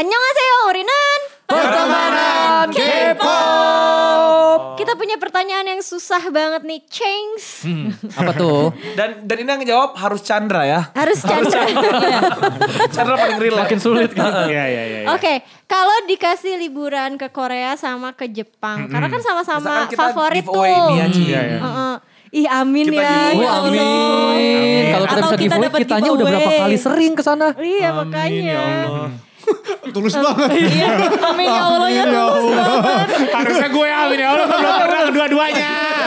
Annyeonghaseyo, Urinan. Pertemanan K-pop. Kita punya pertanyaan yang susah banget nih, Cengs. Apa tuh? Dan ini yang ngejawab harus Chandra ya. Harus Chandra. Chandra paling real. Makin sulit kan? Iya. Oke, kalau dikasih liburan ke Korea sama ke Jepang, karena kan sama-sama Misalkan kita favorit tuh. giveaway nih ya, Ci. Iya. Ih, amin Kita ya. giveaway. Ya Allah. Amin. Kalau kita Atau bisa kita giveaway, dapat kitanya udah giveaway. berapa kali sering ke sana. Iya, makanya. Tulus banget. Amin ya Allah ya tulus banget. Harusnya gue amin ya Allah, belum pernah kedua-duanya.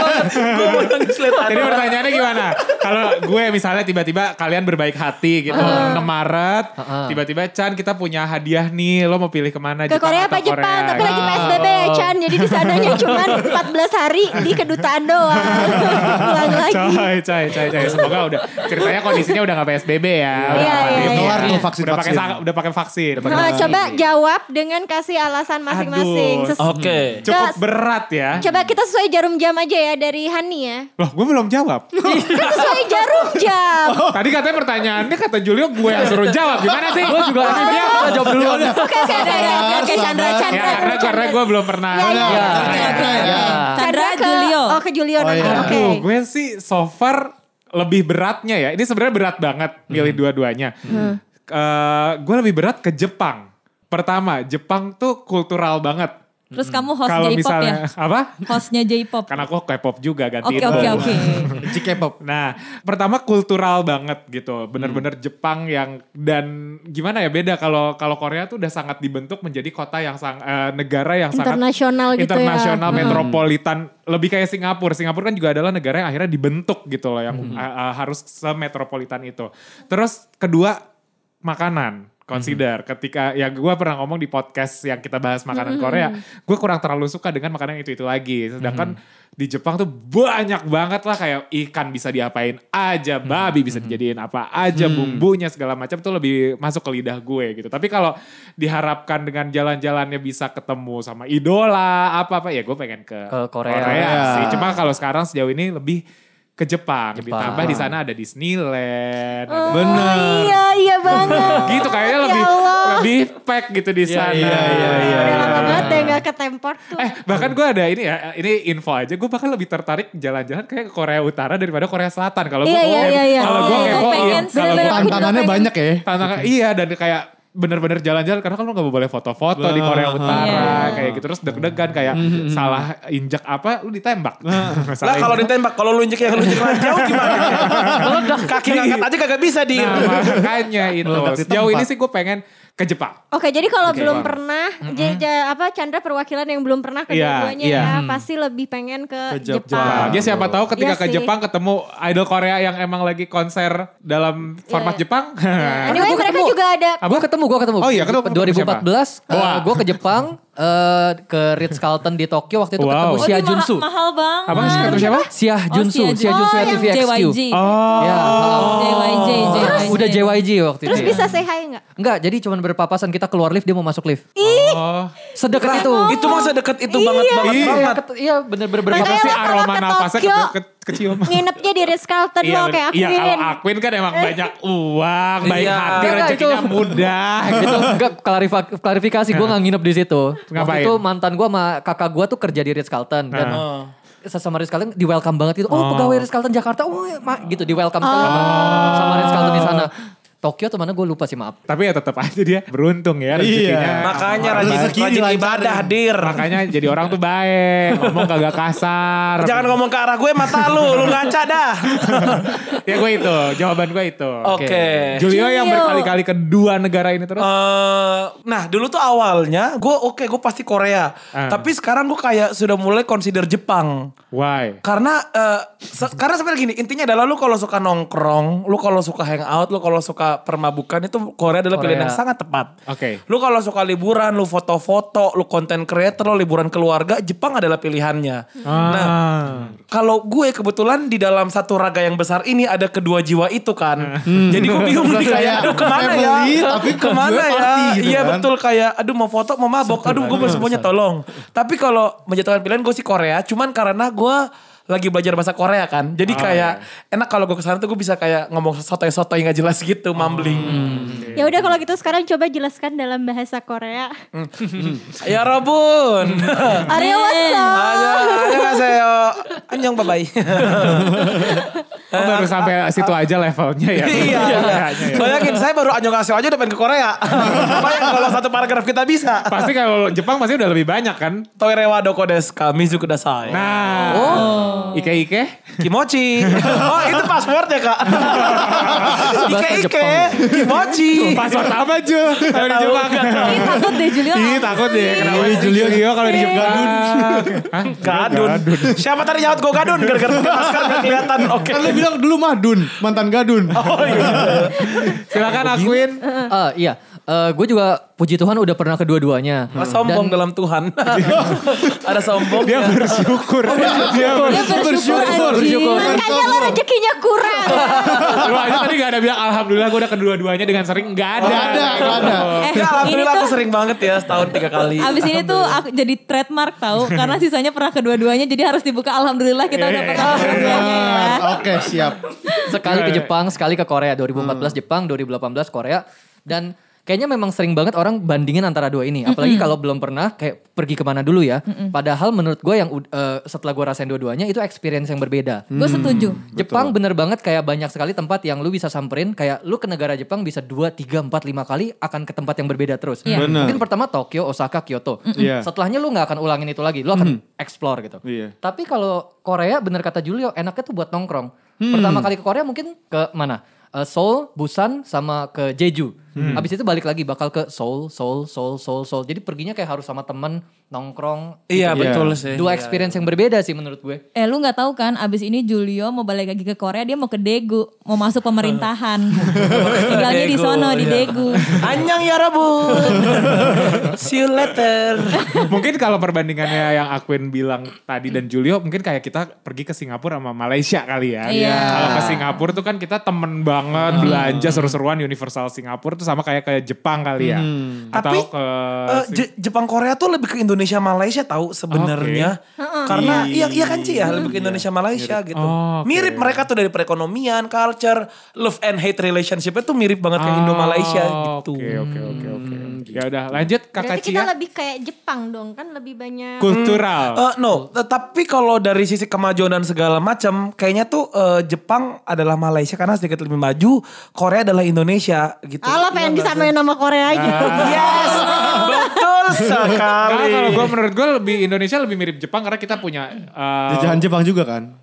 Jadi pertanyaannya gimana? Kalau gue misalnya tiba-tiba kalian berbaik hati gitu, 6 Maret, tiba-tiba Chan kita punya hadiah nih, lo mau pilih kemana? Ke Korea apa atau Jepang? Korea? Tapi lagi PSBB ya Chan. Jadi di sananya cuma 14 hari di kedutaan doang. Ulang lagi. Coy. Semoga udah ceritanya kondisinya udah gak PSBB ya. Iya. Keluar tuh Udah pakai vaksin. Nah, coba jawab dengan kasih alasan masing-masing. Oke. Cukup berat ya. Coba kita sesuai jarum jam aja ya dari Hani ya. Loh, gue belum jawab. Kan sesuai jarum jam. Tadi katanya pertanyaannya kata Julio gue yang suruh jawab. Gimana sih? Gue juga Kita jawab dulu. Oke, Chandra. Ya, karena gue belum pernah. Ya. Chandra, ke- Julio. Oh, ke Julio nanti. iya. Oke. Gue sih so far lebih beratnya ya. Ini sebenarnya berat banget milih dua-duanya. Gue lebih berat ke Jepang. Pertama, Jepang tuh kultural banget. Terus kamu host Kalau J-pop misalnya ya? apa? Hostnya J-pop. Karena aku K-pop juga gantiin. Oke. K-pop. Nah, pertama kultural banget gitu. Bener-bener Jepang yang dan gimana ya beda kalau Korea tuh udah sangat dibentuk menjadi kota yang negara yang Internasional sangat gitu ya. internasional, metropolitan, lebih kayak Singapura. Singapura kan juga adalah negara yang akhirnya dibentuk gitu loh yang harus semetropolitan itu. Terus kedua, makanan. Consider ketika ya gue pernah ngomong di podcast yang kita bahas makanan Korea, gue kurang terlalu suka dengan makanan yang itu lagi. Sedangkan di Jepang tuh banyak banget lah kayak ikan bisa diapain aja, babi bisa dijadiin apa aja, bumbunya segala macam tuh lebih masuk ke lidah gue gitu. Tapi kalau diharapkan dengan jalan-jalannya bisa ketemu sama idola apa ya gue pengen ke Korea. sih. Cuma kalau sekarang sejauh ini lebih ke Jepang. Ditambah di sana ada Disneyland. Oh, Bener. Iya banget. Gitu kayaknya lebih pack gitu di sana. Udah lama banget ya gak ke Temport tuh. Bahkan gue ada ini info aja. Gue bahkan lebih tertarik jalan-jalan kayak ke Korea Utara daripada Korea Selatan. Kalau gue Iya. kalau gue kepoin, pengen sih. kalau gue Tantangannya banyak ya. tantangan iya dan kayak bener-bener jalan-jalan karena kan lo gak boleh foto-foto di Korea Utara kayak gitu terus deg-degan kayak salah injek apa lu ditembak. Lah kalau ditembak, kalau lu injek yang jauh gimana? Kaki ngangkat aja kagak bisa di. Nah, makanya itu. Meledak di Sejauh tempat. ini sih gue pengen ke Jepang. Oke, jadi kalau belum pernah, Chandra perwakilan yang belum pernah kedua-duanya Iya. ya, pasti lebih pengen ke Jepang. Jepang. Dia siapa tahu ketika Iya ke sih. Jepang ketemu idol Korea yang emang lagi konser dalam format Jepang. Anyway, mereka juga ada. Gue ketemu. Oh iya, ketemu 2014, Wah. gue ke Jepang, ke Ritz-Carlton di Tokyo waktu itu Wow. ketemu Sia Junsu. Mahal banget. Apa sih ketemu siapa? Sia Junsu, Sia Sia Junsu Junsu. ya TVXQ. JYG. Oh. Ya, JYJ. udah JYG waktu Terus itu. bisa say hi nggak? Enggak, jadi cuman berpapasan kita keluar lift, dia mau masuk lift. Oh. Sedekat itu. Itu mah sedekat itu banget. Iya, bener-bener Makanya Apa sih lo kalau aroma ke nafasnya Tokyo, kecium. Nginepnya di Ritz-Carlton lo kayak Iya, Aquin. kalau Aquin kan emang banyak uang, baik Iya. hati, Enggak, rezekinya itu- mudah. gitu. Enggak, klarifikasi gue gak nginep di situ. Ngapain? Waktu itu mantan gue sama kakak gue tuh kerja di Ritz-Carlton. Dan sesama Ritz-Carlton di welcome banget gitu. Oh, pegawai Ritz-Carlton Jakarta. Oh, gitu di welcome sama Ritz-Carlton di sana. Tokyo tuh mana gue lupa sih, maaf. Tapi ya tetap aja dia beruntung ya rezekinya. Makanya Rezeki rajin dilancarin. ibadah, Dir. Makanya jadi orang tuh baik, ngomong kagak kasar. Jangan ngomong ke arah gue, mata lu ngaca dah. Ya gue itu, jawaban gue itu. Oke. Julio yang berkali-kali ke dua negara ini terus. Nah dulu tuh awalnya gue pasti Korea. Tapi sekarang gue kayak sudah mulai consider Jepang. Why? Karena karena sebenarnya gini, intinya adalah lu kalau suka nongkrong, lu kalau suka hangout, lu kalau suka permabukan itu Korea adalah pilihan yang sangat tepat. Oke. Lu kalau suka liburan, lu foto-foto, lu content creator, lu liburan keluarga, Jepang adalah pilihannya. Nah, kalau gue kebetulan di dalam satu raga yang besar ini ada kedua jiwa itu kan. Jadi gue bingung nih kayak, aduh kemana ya? family, tapi Kemana juga ya? party gitu Iya kan. betul kayak, aduh mau foto, mau mabok, aduh gue semuanya tolong. Tapi kalau menjatuhkan pilihan gue sih Korea, cuman karena gue lagi belajar bahasa Korea kan. Jadi kayak enak kalau gue kesana tuh gue bisa kayak ngomong sotoy-sotoy nggak jelas gitu, mumbling. Ya udah kalau gitu sekarang coba jelaskan dalam bahasa Korea. Ya Robun. Ariyowaso. Annyeonghaseyo. Annyeong bye-bye. Oh, baru sampai situ aja levelnya ya. Iya. Bayangin saya baru annyeonghaseyo aja udah pengen ke Korea. Bayangin kalau satu paragraf kita bisa. Pasti kalau Jepang pasti udah lebih banyak kan. Toirewa doko desu ka, mizu kudasai. Nah. Ike-ike. Kimochi. Oh itu passwordnya kak. Bahasa Ike-ike. Jepang. Kimochi. Password apa Ju? Kalau di Jepang. Ih, takut deh Julio. Ih takut deh. Kenapa Julio kalau di Jepang? Gadun. Siapa tadi nyaut gue gadun? Gara-gara pakai masker gak kelihatan. Oke. Kan lu bilang dulu Madun, mantan Gadun. Oh iya. Silakan akuin. Iya. Gue juga puji Tuhan udah pernah kedua-duanya. Sombong dalam Tuhan. Ada sombong. Dia bersyukur. Dia bersyukur. Makanya lo rezekinya kurang. Lu aja tadi gak ada bilang alhamdulillah gue udah kedua-duanya dengan sering. Gak ada. Gak ada. Ya alhamdulillah aku sering banget ya setahun 3 kali. Abis ini tuh aku jadi trademark tahu karena sisanya pernah kedua-duanya jadi harus dibuka alhamdulillah kita udah pernah kedua-duanya ya. Oke, siap. Sekali ke Jepang, sekali ke Korea. 2014 Jepang, 2018 Korea. Dan kayaknya memang sering banget orang bandingin antara dua ini. Apalagi kalau belum pernah kayak pergi kemana dulu ya. Padahal menurut gue yang setelah gue rasain dua-duanya itu experience yang berbeda. Gue setuju. Jepang bener banget kayak banyak sekali tempat yang lu bisa samperin. Kayak lu ke negara Jepang bisa 2, 3, 4, 5 kali akan ke tempat yang berbeda terus. Iya. Benar. Mungkin pertama Tokyo, Osaka, Kyoto. Iya. Setelahnya lu gak akan ulangin itu lagi. Lu akan explore gitu. Iya. Tapi kalau Korea bener kata Julio enaknya tuh buat nongkrong. Pertama kali ke Korea mungkin ke mana? Seoul, Busan, sama ke Jeju. Abis itu balik lagi bakal ke Seoul. Jadi perginya kayak harus sama temen nongkrong. Iya gitu. betul sih. Dua experience yang berbeda sih menurut gue. Lu nggak tahu kan abis ini Julio mau balik lagi ke Korea dia mau ke Daegu. Mau masuk pemerintahan. Tinggalnya di sono di Daegu. Annyeong ya Robun. See you later. Mungkin kalau perbandingannya yang Aquin bilang tadi dan Julio mungkin kayak kita pergi ke Singapura sama Malaysia kali ya. Iya. Kalau ke Singapura tuh kan kita temen banget belanja seru-seruan Universal Singapura tuh sama kayak ke Jepang kali ya. Atau Tapi ke Jepang Korea tuh lebih ke Indonesia Malaysia tahu sebenarnya. Karena iya kan Ci ya lebih ke Indonesia Malaysia gitu. Oke. Mirip mereka tuh dari perekonomian, culture, love and hate relationship-nya tuh mirip banget kayak Indo Malaysia gitu. Oke. Ya udah lanjut Kakak Berarti kita Cia. lebih kayak Jepang dong kan lebih banyak. Kultural. No, tapi kalau dari sisi kemajuan dan segala macam, kayaknya tuh Jepang adalah Malaysia karena sedikit lebih maju, Korea adalah Indonesia gitu. Alah pengen disamain nama Korea aja. Yes, betul sekali. Karena kalau gue menurut gue lebih Indonesia lebih mirip Jepang karena kita punya Jajahan Jepang juga kan?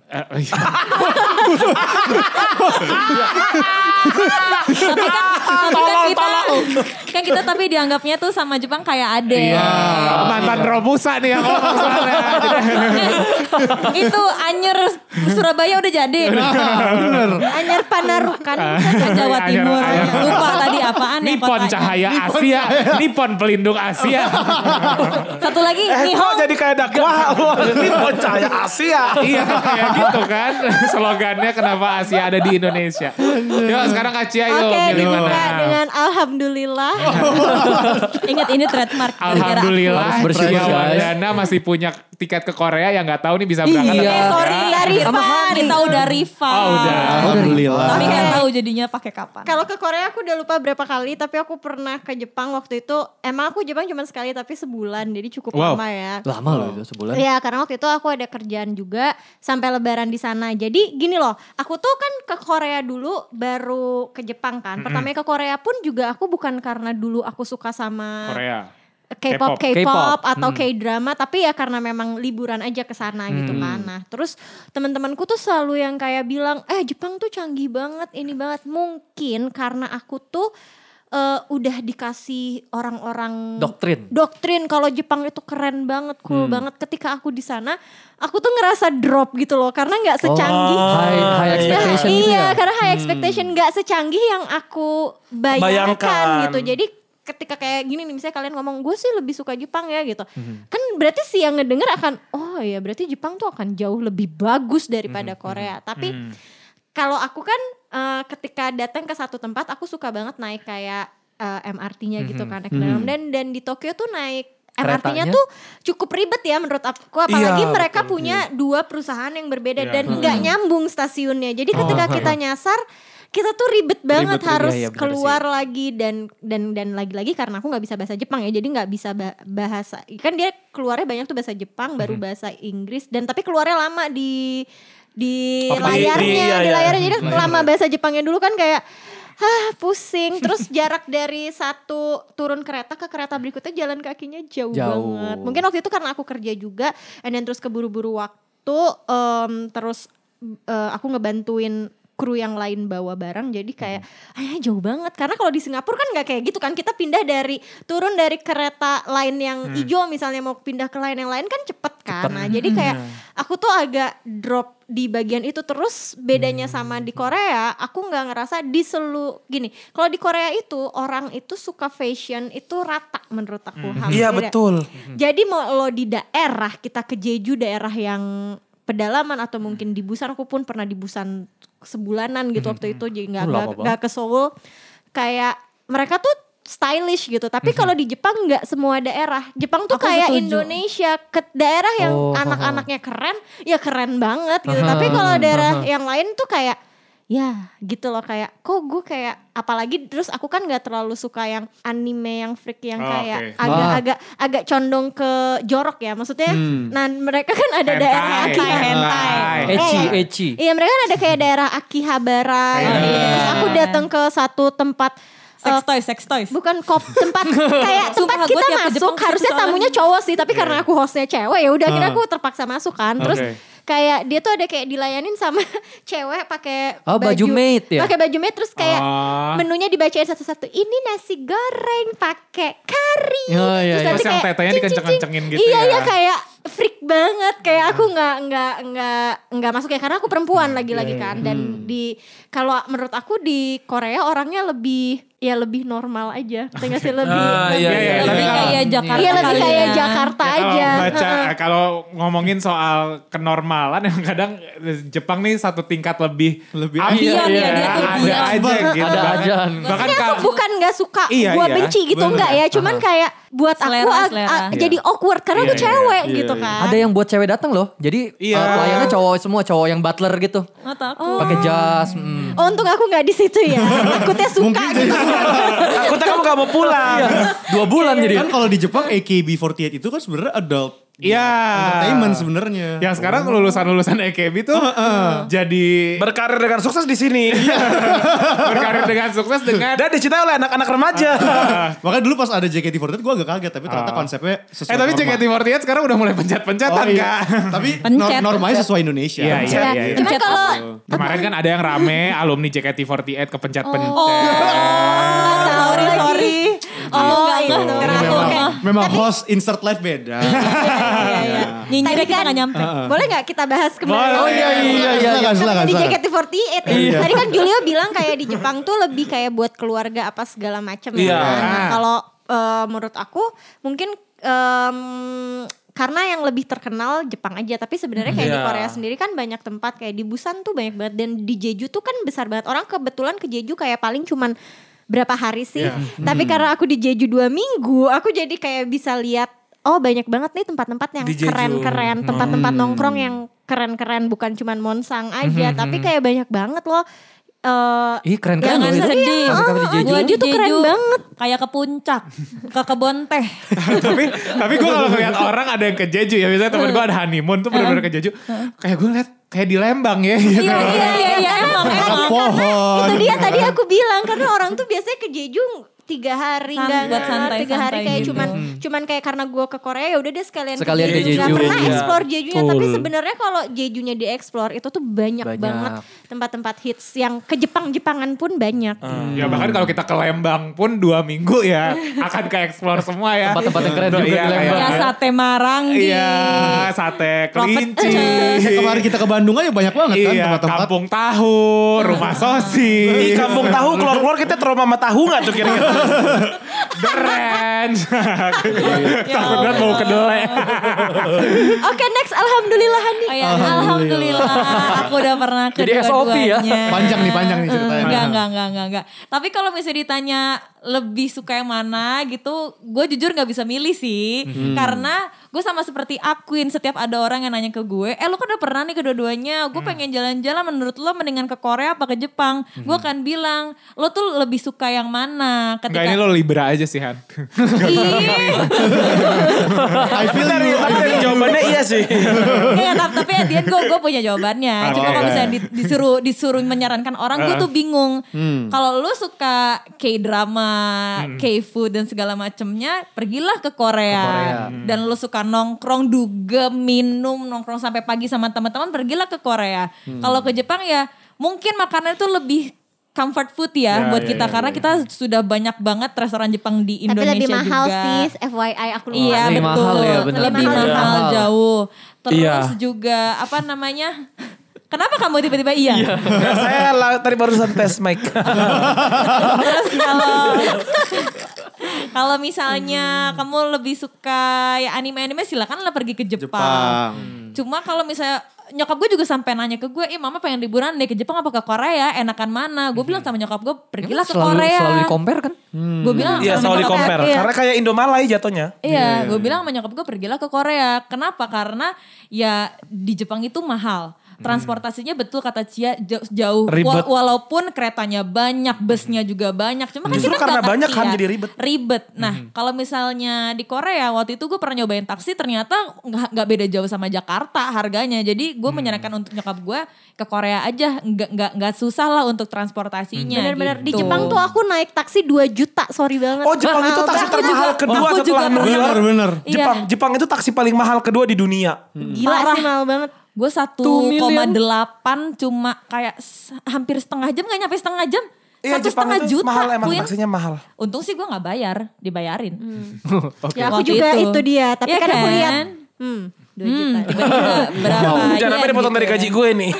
Tapi kan kita tapi dianggapnya tuh sama Jepang kayak ade. Iya, mantan Romusa nih yang ngomong soalnya. Itu Anyer Surabaya udah jadi. Anyar Panarukan. Jawa Timur. Anyer. Lupa tadi apaan ya Nippon kotanya. Cahaya Asia, Nippon Pelindung Asia. Satu lagi Kok Nihon. jadi kayak dakwah ini percaya Asia. Iya kayak gitu kan slogannya kenapa Asia ada di Indonesia. Yuk sekarang Kak Cia yuk Oke, milih dibuka mana. dengan alhamdulillah. Ingat ini trademark. gara-gara Alhamdulillah Harus bersyukur, Cia guys. Wardana masih punya tiket ke Korea yang gak tahu nih bisa berangkat. Iya. atau Sorry enggak. ya Rifan. Kita udah Rifan. Oh udah. Alhamdulillah. Tapi Oke. gak tahu jadinya pakai kapan. Kalau ke Korea aku udah lupa berapa kali, tapi aku pernah ke Jepang waktu itu. Emang aku Jepang cuma sekali tapi sebulan, jadi cukup Wow. lama ya. Lama loh itu sebulan. Iya, karena waktu itu aku ada kerjaan juga sampai lebaran di sana. Jadi gini loh, aku tuh kan ke Korea dulu baru ke Jepang kan. Pertamanya ke Korea pun juga aku bukan karena dulu aku suka sama Korea. K-pop K-pop. atau K-drama, tapi ya karena memang liburan aja ke sana gitu kan. Nah, terus teman-temanku tuh selalu yang kayak bilang, Jepang tuh canggih banget, ini banget. Mungkin karena aku tuh udah dikasih orang-orang doktrin kalau Jepang itu keren banget, cool banget. Ketika aku di sana, aku tuh ngerasa drop gitu loh, karena nggak secanggih. High expectation gitu Iya, ya. karena high expectation nggak secanggih yang aku bayangkan Bayangkan. gitu. Jadi ketika kayak gini nih, misalnya kalian ngomong gue sih lebih suka Jepang ya gitu, kan berarti sih yang ngedenger akan oh ya berarti Jepang tuh akan jauh lebih bagus daripada Korea. Tapi kalau aku kan ketika datang ke satu tempat aku suka banget naik kayak MRT-nya gitu kan, naik ke dalam. Dan di Tokyo tuh naik MRT-nya Keretanya? tuh cukup ribet ya menurut aku. Apalagi Iya, mereka punya 2 perusahaan yang berbeda dan nggak nyambung stasiunnya. Jadi ketika kita nyasar, kita tuh ribet banget harus Iya, bener keluar lagi dan lagi-lagi karena aku nggak bisa bahasa Jepang ya, jadi nggak bisa bahasa. Kan dia keluarnya banyak tuh bahasa Jepang, baru bahasa Inggris dan tapi keluarnya lama di layarnya, di layarnya. Jadi lama bahasa Jepangnya dulu kan kayak pusing. Terus jarak dari satu turun kereta ke kereta berikutnya jalan kakinya jauh banget. Mungkin waktu itu karena aku kerja juga, and then terus keburu-buru waktu, terus aku ngebantuin kru yang lain bawa barang, jadi kayak jauh banget. Karena kalau di Singapura kan nggak kayak gitu kan, kita pindah turun dari kereta lain yang hijau misalnya mau pindah ke lain yang lain kan cepet kan. Nah jadi kayak aku tuh agak drop di bagian itu. Terus bedanya sama di Korea, aku nggak ngerasa gini. Kalau di Korea itu orang itu suka fashion itu rata menurut aku. Iya betul. Jadi mau lo di daerah, kita ke Jeju, daerah yang pedalaman atau mungkin di Busan, aku pun pernah di Busan sebulanan gitu waktu itu, jadi nggak ke Seoul. Kayak mereka tuh stylish gitu, tapi kalau di Jepang nggak semua daerah. Jepang tuh kayak Indonesia, ke daerah yang anak-anaknya keren, ya keren banget gitu. Tapi kalau daerah yang lain tuh kayak ya gitu loh, kayak kok gue kayak, apalagi terus aku kan nggak terlalu suka yang anime yang freak yang kayak agak condong ke jorok ya maksudnya. Nah mereka kan ada daerah hentai. Ecchi. Iya mereka kan ada kayak daerah Akihabara gitu. Terus aku datang ke satu tempat Sex toys. Bukan tempat kayak tempat Sumpah, kita gue tiap ke masuk Jepang harusnya soalnya. tamunya cowok sih, tapi karena aku hostnya cewek ya udah akhirnya aku terpaksa masuk kan. Terus kayak dia tuh ada kayak dilayanin sama cewek pakai baju maid ya? Pakai baju maid, terus kayak menunya dibacain satu-satu. Ini nasi goreng pakai kari. Terus nanti Terus yang kayak tetenya dikenceng-kencengin gitu iya, ya. Iya kayak freak banget, kayak aku nggak masuk ya karena aku perempuan lagi-lagi kan. Dan kalau menurut aku di Korea orangnya lebih normal aja, tinggal sih lebih Lebih kayak Jakarta. Iya lebih kali kayak ya. Jakarta Ya, aja. kalau ngomongin soal kenormalan yang kadang Jepang nih satu tingkat lebih Iya, dia tuh ada aja gitu. Ada aja. Bahkan Maksudnya aku bukan gak suka, Iya, gue iya. benci gitu enggak ya. Cuman kayak buat Selera. jadi awkward karena aku cewek gitu kan. Ada yang buat cewek datang loh. Jadi pelayannya cowok semua, cowok yang butler gitu. Pakai jas. Oh, untung aku gak di situ ya. Takutnya suka gitu. Aku kamu gak mau pulang. 2 bulan jadi. Kan kalau di Jepang AKB48 itu kan sebenarnya adult entertainment sebenarnya. Yang sekarang lulusan AKB tuh jadi Berkarir dengan sukses di sini. berkarir dengan sukses dengan Dan dicintai oleh anak-anak remaja. Makanya dulu pas ada JKT48 gue agak kaget, tapi ternyata konsepnya sesuai tapi norma. JKT48 sekarang udah mulai pencet-pencetan Kak. Tapi Pencet. normanya sesuai Indonesia. Iya. Cuman kalau Kemarin kan ada yang rame alumni JKT48 kepencet-pencet. Sorry. Enggak. Sekarang aku kayak Memang host insert live beda. nyinyirnya Tadi kita kan gak nyampe. boleh gak kita bahas kembali? Oh iya. Silakan. Di JKT48 ya. Tadi kan Julio bilang kayak di Jepang tuh lebih kayak buat keluarga apa segala macam ya. Iya. Nah, kalau menurut aku mungkin karena yang lebih terkenal Jepang aja, tapi sebenarnya kayak di Korea sendiri kan banyak tempat, kayak di Busan tuh banyak banget, dan di Jeju tuh kan besar banget. Orang kebetulan ke Jeju kayak paling cuman berapa hari sih. Tapi karena aku di Jeju 2 minggu, aku jadi kayak bisa lihat banyak banget nih tempat-tempat yang Di Jeju. keren-keren, tempat-tempat nongkrong yang keren-keren, bukan cuman Monsang aja, tapi kayak banyak banget loh. Ih keren-keren Jangan loh itu. sedih. Sampai di Jeju. Gue di Jeju tuh keren Jeju banget. kayak ke puncak, ke kebun teh. tapi gue kalau ngeliat orang ada yang ke Jeju ya, misalnya temen gue ada honeymoon tuh bener-bener ke Jeju, kayak gue liat kayak di Lembang ya gitu. Iya emang. Pohon. Itu dia tadi aku bilang, karena orang tuh biasanya ke Jeju 3 hari Buat santai, 3 hari kayak gitu. cuman kayak karena gue ke Korea ya udah deh sekalian ke Gak Jeju. pernah Iya. explore Jejunya, Betul. tapi sebenarnya kalau Jejunya dieksplor itu tuh banyak banget tempat-tempat hits yang ke Jepangan pun banyak. Ya bahkan kalau kita ke Lembang pun 2 minggu ya akan ke explore semua ya. Tempat-tempat yang keren juga Iya, di Lembang. Ya sate Maranggi. Iya, sate kelinci. Kemarin kita ke Bandung aja banyak banget kan Iya, tempat-tempat. kampung tahu, rumah Di sosis. kampung tahu keluar-keluar kita trauma sama tahu gak tuh kira-kira? Beren. Takutnya mau kedelai. Oke, next, alhamdulillah Hani. Alhamdulillah. Aku udah pernah ke Jadi SOP ya. dua-duanya. Panjang nih ceritanya. Enggak. Tapi kalau misalnya ditanya lebih suka yang mana gitu, gue jujur gak bisa milih sih. Karena gue sama seperti Aquin, setiap ada orang yang nanya ke gue, lo kan udah pernah nih kedua-duanya, gue pengen jalan-jalan, menurut lo mendingan ke Korea apa ke Jepang? Gue akan bilang, lo tuh lebih suka yang mana? Enggak, ini lo Libra aja sih Han. I feel you. Dari jawabannya iya sih. Tapi at the end gue punya jawabannya. Cuma kalau misalnya disuruh menyarankan orang, gue tuh bingung. Kalau lo suka K-drama, K-food dan segala macemnya, pergilah ke Korea. Dan lo suka nongkrong, dugem, minum, nongkrong sampai pagi sama teman-teman, pergilah ke Korea. Kalau ke Jepang ya mungkin makanan itu lebih comfort food ya buat kita. Karena kita sudah banyak banget restoran Jepang di Indonesia juga. Tapi lebih mahal sih, FYI aku lupa. Iya betul, mahal ya, lebih mahal jauh. Terus juga apa namanya... Kenapa kamu tiba-tiba iya? Ya, saya tadi barusan tes mic. Terus kalau misalnya kamu lebih suka ya anime-anime, silakan lah pergi ke Jepang. Cuma kalau misalnya nyokap gue juga sampai nanya ke gue, mama pengen liburan deh ke Jepang apa ke Korea, enakan mana? Gue bilang sama nyokap gue, pergilah ke Korea. Selalu di-compare kan? Gue bilang Iya selalu di-compare. Karena kayak Indomalay jatuhnya. Iya, gue bilang sama nyokap gue, pergilah ke Korea. Kenapa? Karena ya di Jepang itu mahal. Transportasinya betul kata Cia jauh. Ribet. Walaupun keretanya banyak, busnya juga banyak. Cuma kan Justru kita karena nggak banyak ngerti kan ya. jadi ribet. Ribet. Nah kalau misalnya di Korea waktu itu gue pernah nyobain taksi, ternyata nggak beda jauh sama Jakarta harganya. Jadi gue menyarankan untuk nyokap gue ke Korea aja. Nggak susah lah untuk transportasinya. Bener-bener gitu. di Jepang tuh aku naik taksi 2 juta, sorry banget. Oh Jepang itu taksi termahal kedua setelah New York. Bener. Jepang itu taksi paling mahal kedua di dunia. Gila sih, mahal banget. Gue 1,8 cuma kayak hampir setengah jam, gak nyampe setengah jam. Iya, 1,5 Jepang itu juta. mahal, emang Queen. taksinya mahal. Untung sih gue gak bayar, dibayarin. Ya aku Waktu juga itu dia, tapi Iya kan aku kan? lihat 2 juta. Tiba-tiba berapa Jangan sampai dipotong dari gaji gue nih.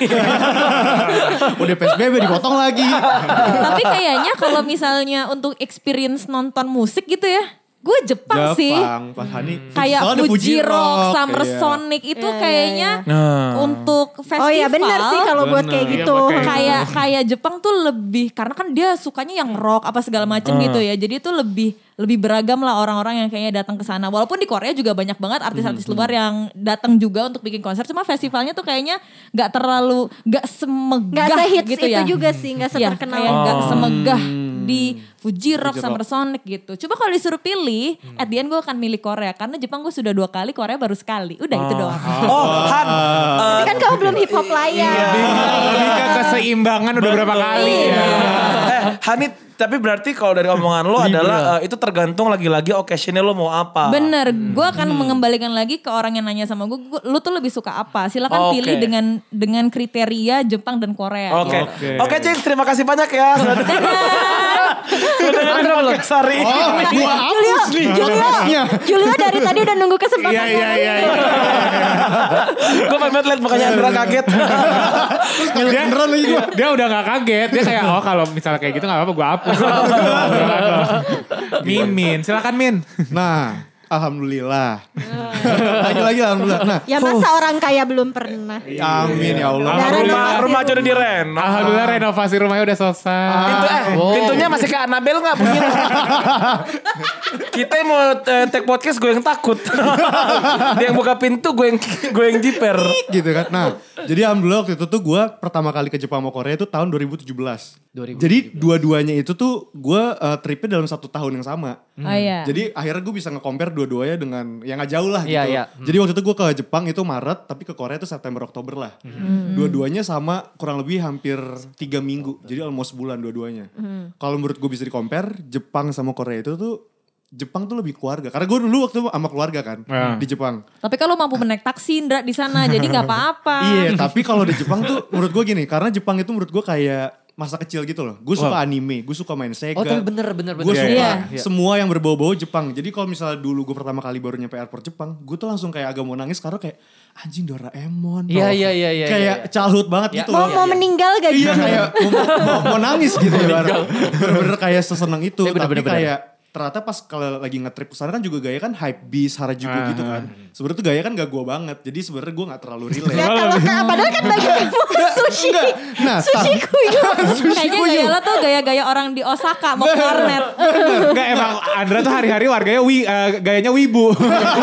Udah PSBB dipotong lagi. Tapi kayaknya kalau misalnya untuk experience nonton musik gitu ya, gue Jepang sih. Pas Hani. Kayak Soalnya ada Fuji Rock, Summer iya. Sonic itu kayaknya untuk festival. Oh iya bener sih kalau buat kayak Iya, gitu. buat kayak Kayak Jepang tuh lebih, karena kan dia sukanya yang rock apa segala macem gitu ya. Jadi itu lebih beragam lah orang-orang yang kayaknya datang ke sana. Walaupun di Korea juga banyak banget artis-artis luar yang datang juga untuk bikin konser. Cuma festivalnya tuh kayaknya nggak semegah Gak sehits gitu itu ya. juga sih, gak Iya, seterkenal. kayak nggak semegah di Fuji Rock, Summer Sonic gitu. Coba kalau disuruh pilih, at the end gue akan milih Korea. Karena Jepang gue sudah 2 kali, Korea baru sekali. Udah itu doang. Oh Han. Tapi kan kamu belum hip hop layar. Lebih ke keseimbangan udah berapa kali ya. Hani, tapi berarti kalau dari omongan lo adalah itu tergantung lagi-lagi occasionnya lo mau apa. Bener, gue akan mengembalikan lagi ke orang yang nanya sama gue, lu tuh lebih suka apa? Silakan Oke. pilih dengan kriteria Jepang dan Korea. Oke. gitu. Oke, Cing, terima kasih banyak ya. Sudah dengerin podcast hari ini. Gua hapus nih podcastnya. Julio dari tadi udah nunggu kesempatan. Iya. Gue pamit liat makanya Andra kaget. Beneran lagi gue. Dia udah gak kaget. Dia kayak kalau misalnya kayak gitu gak apa-apa gue hapus. Mimin, silakan Min. Nah, alhamdulillah. Lagi alhamdulillah. Nah, Ya masa orang kaya belum pernah. amin ya Allah. Rumah aja udah diren. Alhamdulillah renovasi rumahnya udah selesai. Pintunya masih kayak Annabelle gak bunyi? Kita yang mau take podcast gue yang takut. Dia yang buka pintu gue yang jiper. Gitu kan. Nah, jadi alhamdulillah waktu itu tuh gue pertama kali ke Jepang sama Korea itu tahun 2017. Jadi dua-duanya itu tuh gue tripnya dalam 1 tahun yang sama. Oh iya. Jadi akhirnya gue bisa nge-compare dua-duanya dengan yang gak jauh lah gitu. Iya, iya. Jadi waktu itu gue ke Jepang itu Maret, tapi ke Korea itu September Oktober lah. Dua-duanya sama kurang lebih hampir 3 minggu. Jadi almost bulan dua-duanya. Kalau menurut gue bisa di-compare, Jepang sama Korea itu tuh Jepang tuh lebih keluarga. Karena gue dulu waktu sama keluarga kan di Jepang. Tapi kalau mampu menaik taksi Indra di sana, jadi nggak apa-apa. Iya, tapi kalau di Jepang tuh menurut gue gini, karena Jepang itu menurut gue kayak masa kecil gitu loh. Gue suka anime, gue suka main Sega. Oh tapi bener. Gue suka Iya. semua yang berbau-bau Jepang. Jadi kalau misalnya dulu gue pertama kali baru nyampe airport Jepang, gue tuh langsung kayak agak mau nangis karena kayak anjing Doraemon. Iya. Kayak childhood banget gitu loh. Mau meninggal gak Iya gitu? kayak mau nangis gitu ya. Bener-bener kayak seseneng itu. Iya, bener, Tapi bener. kayak ternyata pas kalau lagi nge-trip kesana kan juga gaya kan hype beast, Harajuku gitu kan. Sebenarnya tuh gaya kan gak gue banget. Jadi sebenarnya gue gak terlalu relate. Ya kalau padahal kan bagi kamu sushi. Nah, Sushi kuyup. Kayaknya gaya lo tuh gaya-gaya orang di Osaka mau ke warnet. Enggak, emang Andra tuh hari-hari warganya gayanya wibu.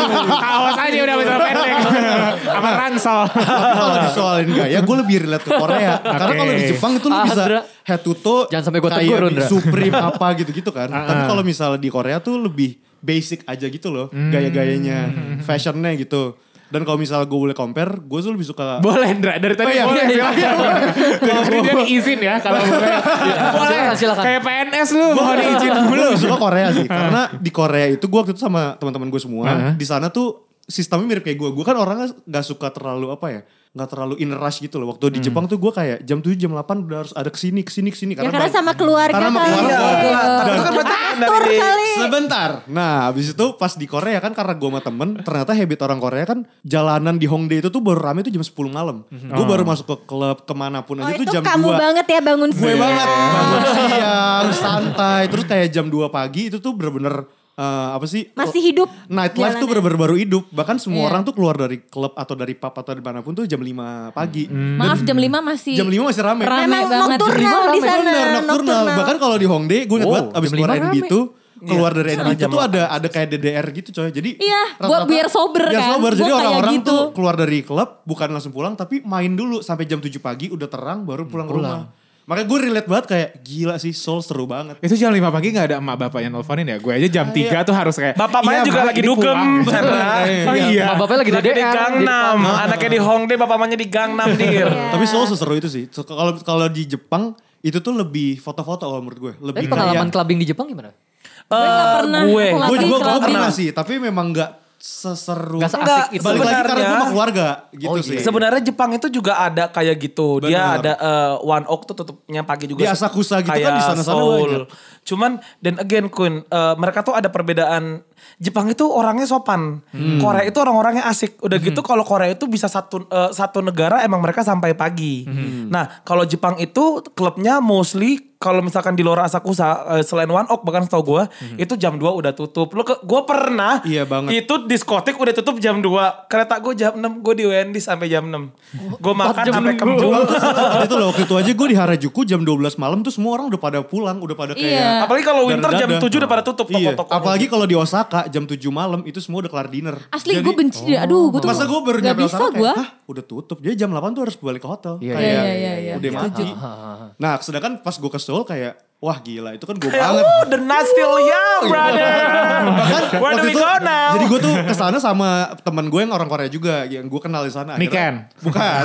Kaos aja udah betul pendek. Sama ransel. Tapi kalau disoalin gaya gue lebih relate ke Korea. Karena kalau di Jepang itu lu bisa Andra. head to toe. Jangan sampai gua kayak tegur, di Andra. Supreme apa gitu-gitu kan. Tapi kalau misalnya di Korea tuh lebih basic aja gitu loh. Gaya-gayanya, fashionnya gitu. Dan kalau misalnya gue boleh compare, gue tuh lebih suka... Boleh Andra, dari tadi Oh, iya. boleh silakan. Dari dia izin ya kalau boleh. Boleh. Silakan. Kayak PNS lu mau diizin Gue dulu. lebih suka Korea sih. Karena di Korea itu gue waktu itu sama teman-teman gue semua. Di sana tuh sistemnya mirip kayak gue. Gue kan orangnya gak suka terlalu gak terlalu in rush gitu loh. Waktu di Jepang tuh gue kayak jam 7, jam 8 udah harus ada kesini. Ya karena sama keluarga Karena sama kali. keluarga. Tapi itu kan berarti Atur kali. Sebentar. Nah abis itu pas di Korea kan karena gue sama temen. Ternyata habit orang Korea kan jalanan di Hongdae itu tuh baru rame tuh jam 10 malam. Gue baru masuk ke klub kemanapun Oh aja tuh itu jam 2. kamu banget ya bangun Gue siang. banget. Bangun siang, santai. Terus kayak jam 2 pagi itu tuh bener-bener apa sih? Masih hidup. Nightlife tuh jalannya. bener-bener baru hidup. Bahkan semua Iya. orang tuh keluar dari klub atau dari pub atau dari manapun tuh jam 5 pagi. Maaf jam 5 masih Jam 5 masih rame. rame Memang banget. nocturnal di sana. Bener, nocturnal. Bahkan kalau di Hongdae gue inget banget abis jam keluar 5 NB rame. tuh. Keluar dari NB jam tuh ada kayak DDR gitu coy. Jadi Iya, rata-rata- biar sober biar kan. sober. Jadi Gua kayak orang-orang gitu. tuh keluar dari klub bukan langsung pulang tapi main dulu sampai jam 7 pagi udah terang baru pulang ke rumah. Makanya gue relate banget kayak gila sih Seoul seru banget. Itu jam 5 pagi gak ada emak bapak yang nelfonin ya? Gue aja jam 3 tuh harus kayak... Bapak Maya "Iya, juga Ma, lagi ini dugem. pulang." Oh iya. Bapaknya lagi Lagi di DDR. Gangnam. Anaknya di Hongdae, bapak mamanya di Gangnam dir. Tapi Seoul seseru itu sih. So, kalau di Jepang itu tuh lebih foto-foto kalau menurut gue. Lebih Tapi pengalaman clubbing di Jepang gimana? Gue gak pernah. gue. Clubbing, gue clubbing. pernah sih, tapi memang gak seseru. Gak seasik Enggak, itu. Balik lagi karena gue Sebenarnya- sama keluarga gitu Oh, sih. iya. Sebenarnya Jepang itu juga ada kayak gitu. Dia Benar. ada One Ok tuh tutupnya pagi juga. Di Asakusa gitu kan, kayak di sana-sana Seoul. banyak. Cuman dan again Queen, mereka tuh ada perbedaan. Jepang itu orangnya sopan. Korea itu orang-orangnya asik. Udah gitu kalau Korea itu bisa satu negara emang mereka sampai pagi. Nah kalau Jepang itu klubnya mostly kalau misalkan di luar Asakusa selain One Ok bahkan setahu gue itu jam 2 udah tutup. Gue pernah Iya banget. itu diskotik udah tutup jam 2. Kereta gue jam 6, gue di Wendy's sampai jam 6. Gue makan sampai kembung. Itu loh waktu itu aja gue di Harajuku jam 12 malam tuh semua orang udah pada pulang. Udah pada kayak. Iya. Apalagi kalau winter jam dadah-dadah. 7 udah pada tutup Iya. toko-toko. Apalagi kalau di Osaka jam 7 malam itu semua udah kelar dinner. Asli Jadi- gue benci deh. Aduh gue tuh Masa gue baru gak nyampe bisa Osaka gue. kayak, hah udah tutup. Jadi jam 8 tuh harus balik ke hotel. Iya, Kayak iya. udah mati. Nah sedangkan pas gue ke Seoul kayak, wah gila itu kan gue Kayak, banget. oh, the night still young, brother. Bahkan Where do waktu we itu, go now? jadi gue tuh kesana sama teman gue yang orang Korea juga. Yang gue kenal di sana. Niken. Bukan.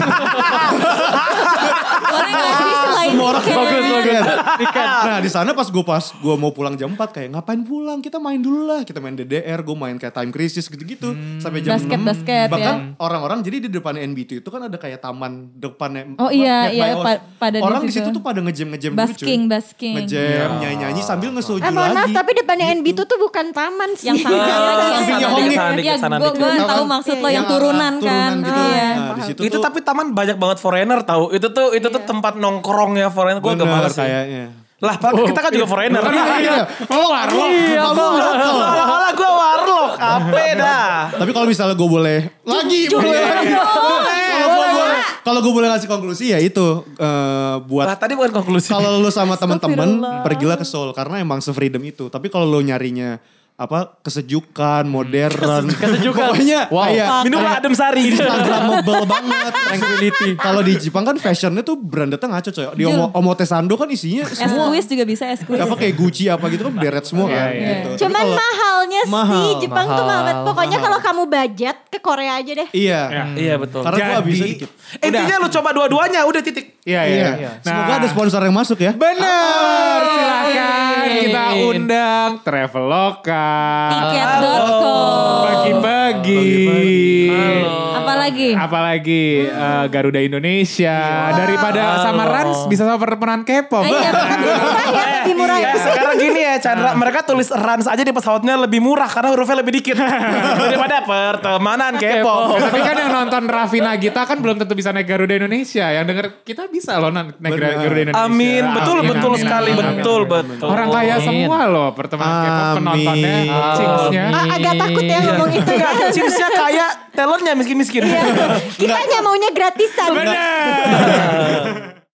Boleh gak sih selain Semua orang Niken? Niken. Nah di sana pas gue mau pulang jam 4 kayak ngapain pulang, kita main dulu lah, kita main DDR, gue main kayak Time Crisis gitu-gitu sampai jam 6. Basket, Bahkan ya. orang-orang jadi di depan NBT itu kan ada kayak taman depannya. Oh iya, Nearby iya, house. pada di orang di situ. situ tuh pada ngejam dulu cuy. Basking. Ngejam, nyanyi-nyanyi sambil nge-soju Mohon maaf lagi. tapi depannya NB itu tuh bukan taman sih. Yang sampingnya lagi. sampingnya sana Hongdae. dikit, sana Ya dikit, sana gue dikit. tahu maksud lo yang turunan kan. Turunan gitu. Iya. Nah di situ Itu tuh tapi taman banyak banget foreigner tahu. Itu tuh tempat nongkrong ya foreigner. Gue agak bener males sih. kayaknya. Lah kita kan juga foreigner. Iya. Oh warlock. Seolah-olah gue warlock. Apa dah. Tapi kalau misalnya gue boleh lagi kalau gue boleh ngasih konklusi ya itu buat Lah tadi bukan konklusi. kalau lu sama temen-temen pergilah ke Seoul karena emang se-freedom itu. Tapi kalau lu nyarinya kesejukan, modern, pokoknya Wow. kayak Minum adem sari. Instagramable banget. Tranquility. Kalau di Jepang kan fashionnya tuh brandednya ngaco coy. Di Omotesando kan isinya Es semua kuis juga bisa es kuis. apa kayak Gucci apa gitu kan beret semua kan. Iya, Gitu. Tapi Cuman kalau- mahalnya Mahal, sih Jepang tuh mahal banget. Pokoknya mahal. kalau kamu budget ke Korea aja deh. Iya. Iya betul. Karena gue Jadi- bisa dikit. Intinya lu coba dua-duanya udah titik. Iya. Semoga ada sponsor yang masuk ya. Bener, silakan kita undang Traveloka. Tiket.com. Bagi-bagi. Apalagi Apalagi Garuda Indonesia. Daripada sama Rans bisa sama pertemuan K-pop. Lebih murah ya. Sekarang gini ya Chandra, mereka tulis Rans aja di pesawatnya lebih murah karena hurufnya lebih dikit. Daripada pertemanan K-pop. Tapi kan yang nonton Raffi Nagita kan belum tentu bisa naik Garuda Indonesia. Yang denger kita bisa loh naik Garuda Indonesia. Amin, betul sekali, betul. Orang kaya semua loh pertemuan K-pop penontonnya, Cingsnya. Agak takut ya ngomong itu ya. Cingsnya kaya, talentnya miskin-miskin. Kitanya maunya gratisan. Bener.